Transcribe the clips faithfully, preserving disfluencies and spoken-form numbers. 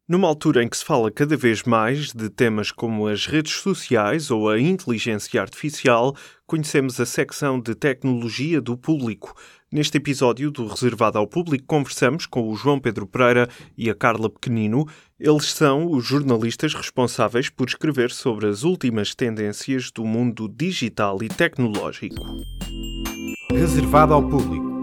Numa altura em que se fala cada vez mais de temas como as redes sociais ou a inteligência artificial, conhecemos a secção de tecnologia do Público. Neste episódio do Reservado ao Público, conversamos com o João Pedro Pereira e a Carla Pequenino. Eles são os jornalistas responsáveis por escrever sobre as últimas tendências do mundo digital e tecnológico. Reservado ao Público.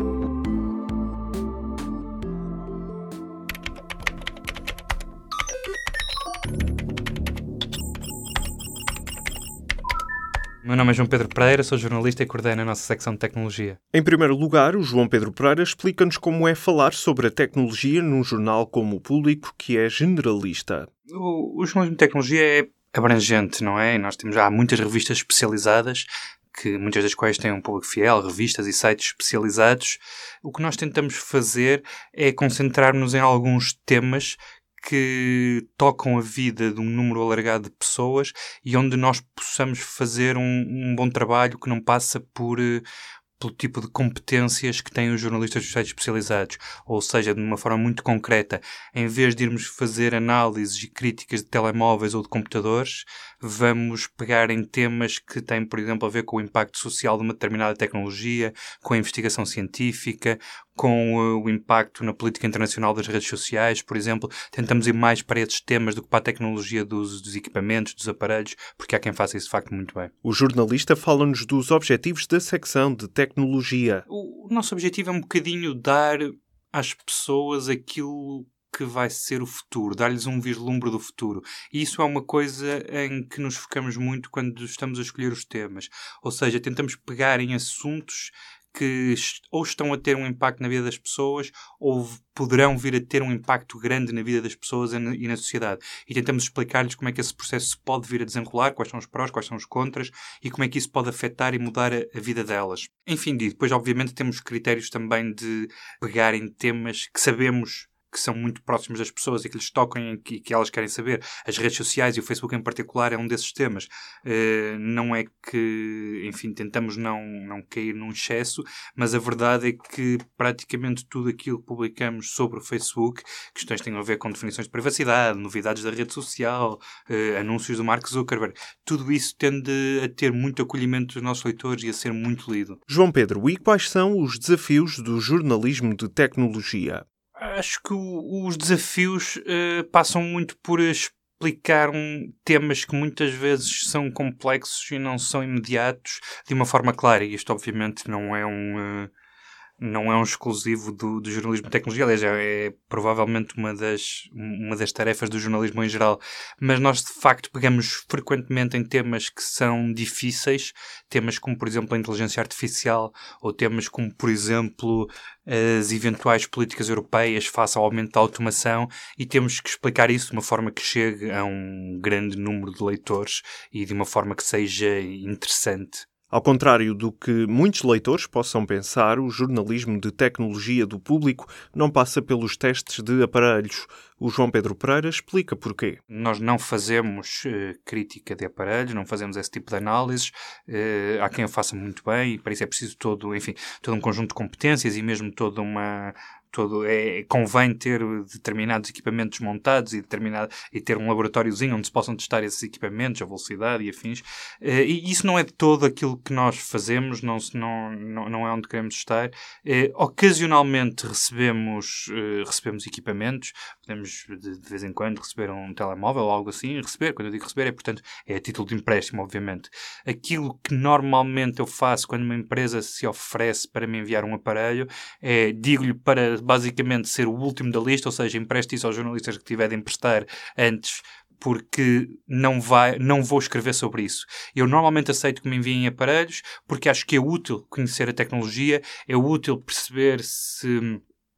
O meu nome é João Pedro Pereira, sou jornalista e coordeno a nossa secção de tecnologia. Em primeiro lugar, o João Pedro Pereira explica-nos como é falar sobre a tecnologia num jornal como o Público, que é generalista. O, o jornalismo de tecnologia é abrangente, não é? Nós temos já muitas revistas especializadas, que muitas das quais têm um público fiel, revistas e sites especializados. O que nós tentamos fazer é concentrar-nos em alguns temas que tocam a vida de um número alargado de pessoas e onde nós possamos fazer um, um bom trabalho que não passa por, pelo tipo de competências que têm os jornalistas dos sites especializados. Ou seja, de uma forma muito concreta, em vez de irmos fazer análises e críticas de telemóveis ou de computadores, vamos pegar em temas que têm, por exemplo, a ver com o impacto social de uma determinada tecnologia, com a investigação científica, com uh, o impacto na política internacional das redes sociais, por exemplo. Tentamos ir mais para esses temas do que para a tecnologia dos, dos equipamentos, dos aparelhos, porque há quem faça isso de facto muito bem. O jornalista fala-nos dos objetivos da secção de tecnologia. O, o nosso objetivo é um bocadinho dar às pessoas aquilo que vai ser o futuro, dar-lhes um vislumbre do futuro. E isso é uma coisa em que nos focamos muito quando estamos a escolher os temas. Ou seja, tentamos pegar em assuntos que ou estão a ter um impacto na vida das pessoas ou poderão vir a ter um impacto grande na vida das pessoas e na sociedade. E tentamos explicar-lhes como é que esse processo se pode vir a desenrolar, quais são os prós, quais são os contras e como é que isso pode afetar e mudar a, a vida delas. Enfim, depois obviamente temos critérios também de pegar em temas que sabemos que são muito próximos das pessoas e que lhes tocam e que, que elas querem saber. As redes sociais e o Facebook em particular é um desses temas. Uh, não é que, enfim, tentamos não, não cair num excesso, mas a verdade é que praticamente tudo aquilo que publicamos sobre o Facebook, questões que têm a ver com definições de privacidade, novidades da rede social, uh, anúncios do Mark Zuckerberg, tudo isso tende a ter muito acolhimento dos nossos leitores e a ser muito lido. João Pedro, e quais são os desafios do jornalismo de tecnologia? Acho que o, os desafios uh, passam muito por explicar um, temas que muitas vezes são complexos e não são imediatos de uma forma clara. E isto, obviamente, não é um, uh, não é um exclusivo do, do jornalismo de tecnologia. Aliás, é, é provavelmente uma das, uma das tarefas do jornalismo em geral. Mas nós, de facto, pegamos frequentemente em temas que são difíceis. Temas como, por exemplo, a inteligência artificial ou temas como, por exemplo, as eventuais políticas europeias face ao aumento da automação e temos que explicar isso de uma forma que chegue a um grande número de leitores e de uma forma que seja interessante. Ao contrário do que muitos leitores possam pensar, o jornalismo de tecnologia do Público não passa pelos testes de aparelhos. O João Pedro Pereira explica porquê. Nós não fazemos uh, crítica de aparelhos, não fazemos esse tipo de análises. Uh, há quem o faça muito bem e para isso é preciso todo, enfim, todo um conjunto de competências e mesmo toda uma... Todo, é, convém ter determinados equipamentos montados e, determinado, e ter um laboratóriozinho onde se possam testar esses equipamentos, a velocidade e afins. Uh, e isso não é de todo aquilo que nós fazemos, não, não, não, não é onde queremos estar. Uh, ocasionalmente recebemos, uh, recebemos equipamentos, podemos de, de vez em quando receber um telemóvel ou algo assim. Receber, quando eu digo receber, é portanto é a título de empréstimo, obviamente. Aquilo que normalmente eu faço quando uma empresa se oferece para me enviar um aparelho é digo-lhe para basicamente ser o último da lista, ou seja, empreste isso aos jornalistas que tiver de emprestar antes, porque não, vai, não vou escrever sobre isso. Eu normalmente aceito que me enviem aparelhos, porque acho que é útil conhecer a tecnologia, é útil perceber se...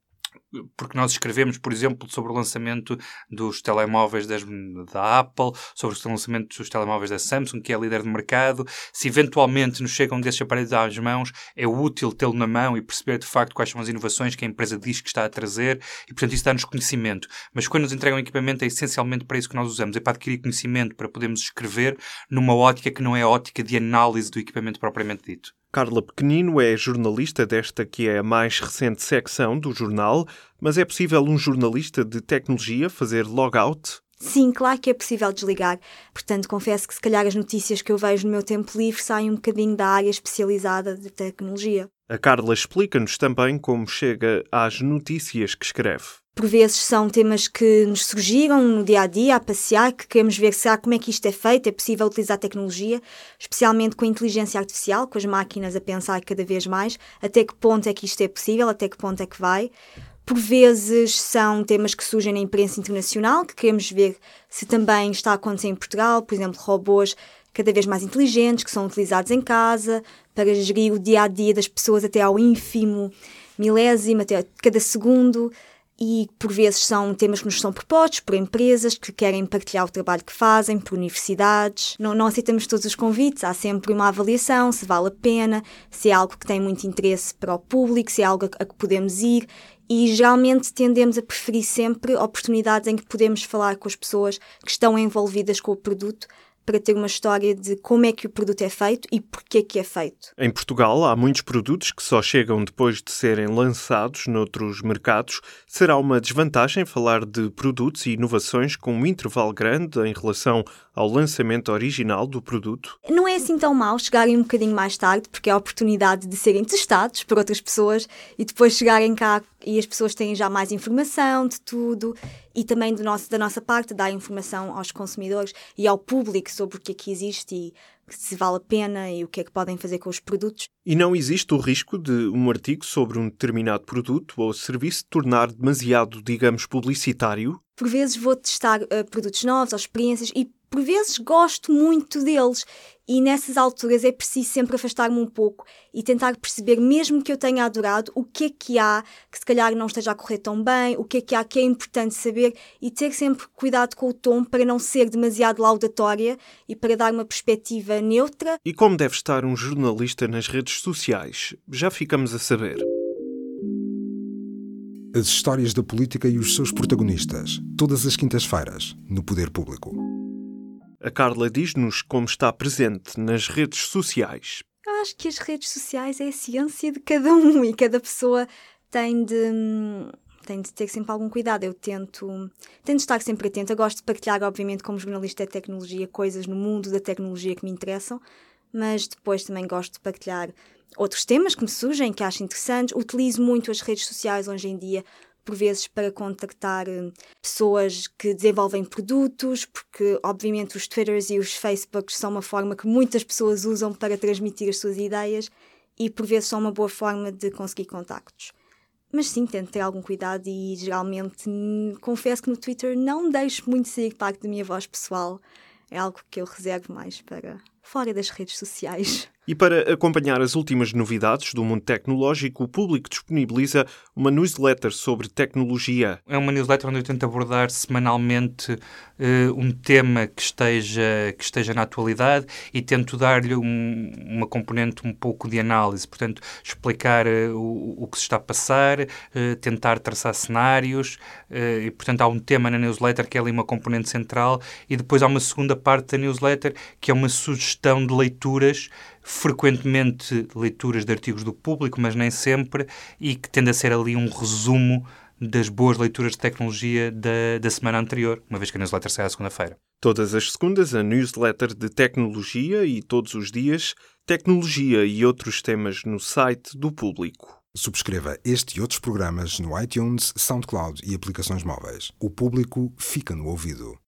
Porque nós escrevemos, por exemplo, sobre o lançamento dos telemóveis das, da Apple, sobre o lançamento dos telemóveis da Samsung, que é líder de mercado. Se eventualmente nos chegam desses aparelhos às mãos, é útil tê-lo na mão e perceber de facto quais são as inovações que a empresa diz que está a trazer e, portanto, isso dá-nos conhecimento. Mas quando nos entregam equipamento é essencialmente para isso que nós usamos, é para adquirir conhecimento, para podermos escrever numa ótica que não é a ótica de análise do equipamento propriamente dito. Carla Pequenino é jornalista desta que é a mais recente secção do jornal, mas é possível um jornalista de tecnologia fazer logout? Sim, claro que é possível desligar. Portanto, confesso que se calhar as notícias que eu vejo no meu tempo livre saem um bocadinho da área especializada de tecnologia. A Carla explica-nos também como chega às notícias que escreve. Por vezes são temas que nos surgiram no dia-a-dia, a passear, que queremos ver será como é que isto é feito, é possível utilizar tecnologia, especialmente com a inteligência artificial, com as máquinas a pensar cada vez mais, até que ponto é que isto é possível, até que ponto é que vai. Por vezes são temas que surgem na imprensa internacional, que queremos ver se também está a acontecer em Portugal, por exemplo, robôs cada vez mais inteligentes, que são utilizados em casa, para gerir o dia-a-dia das pessoas até ao ínfimo milésimo, até cada segundo. E por vezes são temas que nos são propostos por empresas que querem partilhar o trabalho que fazem, por universidades. Não, não aceitamos todos os convites, há sempre uma avaliação, se vale a pena, se é algo que tem muito interesse para o público, se é algo a, a que podemos ir. E geralmente tendemos a preferir sempre oportunidades em que podemos falar com as pessoas que estão envolvidas com o produto, para ter uma história de como é que o produto é feito e porquê que é feito. Em Portugal, há muitos produtos que só chegam depois de serem lançados noutros mercados. Será uma desvantagem falar de produtos e inovações com um intervalo grande em relação ao lançamento original do produto? Não é assim tão mau chegarem um bocadinho mais tarde, porque é a oportunidade de serem testados por outras pessoas e depois chegarem cá e as pessoas têm já mais informação de tudo e também do nosso, da nossa parte dar informação aos consumidores e ao público sobre o que é que existe e se vale a pena e o que é que podem fazer com os produtos. E não existe o risco de um artigo sobre um determinado produto ou serviço tornar demasiado, digamos, publicitário? Por vezes vou testar uh, produtos novos ou experiências e por vezes gosto muito deles e nessas alturas é preciso sempre afastar-me um pouco e tentar perceber, mesmo que eu tenha adorado, o que é que há que se calhar não esteja a correr tão bem, o que é que há que é importante saber e ter sempre cuidado com o tom para não ser demasiado laudatória e para dar uma perspectiva neutra. E como deve estar um jornalista nas redes sociais? Já ficamos a saber. As histórias da política e os seus protagonistas, todas as quintas-feiras, no Poder Público. A Carla diz-nos como está presente nas redes sociais. Eu acho que as redes sociais é a ciência de cada um e cada pessoa tem de, tem de ter sempre algum cuidado. Eu tento, tento estar sempre atenta. Eu gosto de partilhar, obviamente, como jornalista de tecnologia, coisas no mundo da tecnologia que me interessam, mas depois também gosto de partilhar outros temas que me surgem, que acho interessantes. Utilizo muito as redes sociais hoje em dia, por vezes para contactar pessoas que desenvolvem produtos, porque obviamente os Twitters e os Facebooks são uma forma que muitas pessoas usam para transmitir as suas ideias e por vezes são uma boa forma de conseguir contactos. Mas sim, tento ter algum cuidado e geralmente confesso que no Twitter não deixo muito sair parte da minha voz pessoal. É algo que eu reservo mais para fora das redes sociais. E para acompanhar as últimas novidades do mundo tecnológico, o Público disponibiliza uma newsletter sobre tecnologia. É uma newsletter onde eu tento abordar semanalmente uh, um tema que esteja, que esteja na atualidade e tento dar-lhe um, uma componente um pouco de análise. Portanto, explicar uh, o, o que se está a passar, uh, tentar traçar cenários uh, e, portanto, há um tema na newsletter que é ali uma componente central e depois há uma segunda parte da newsletter que é uma sugestão de leituras, frequentemente leituras de artigos do Público, mas nem sempre, e que tende a ser ali um resumo das boas leituras de tecnologia da, da semana anterior, uma vez que a newsletter sai à segunda-feira. Todas as segundas, a newsletter de tecnologia e todos os dias, tecnologia e outros temas no site do Público. Subscreva este e outros programas no iTunes, SoundCloud e aplicações móveis. O Público fica no ouvido.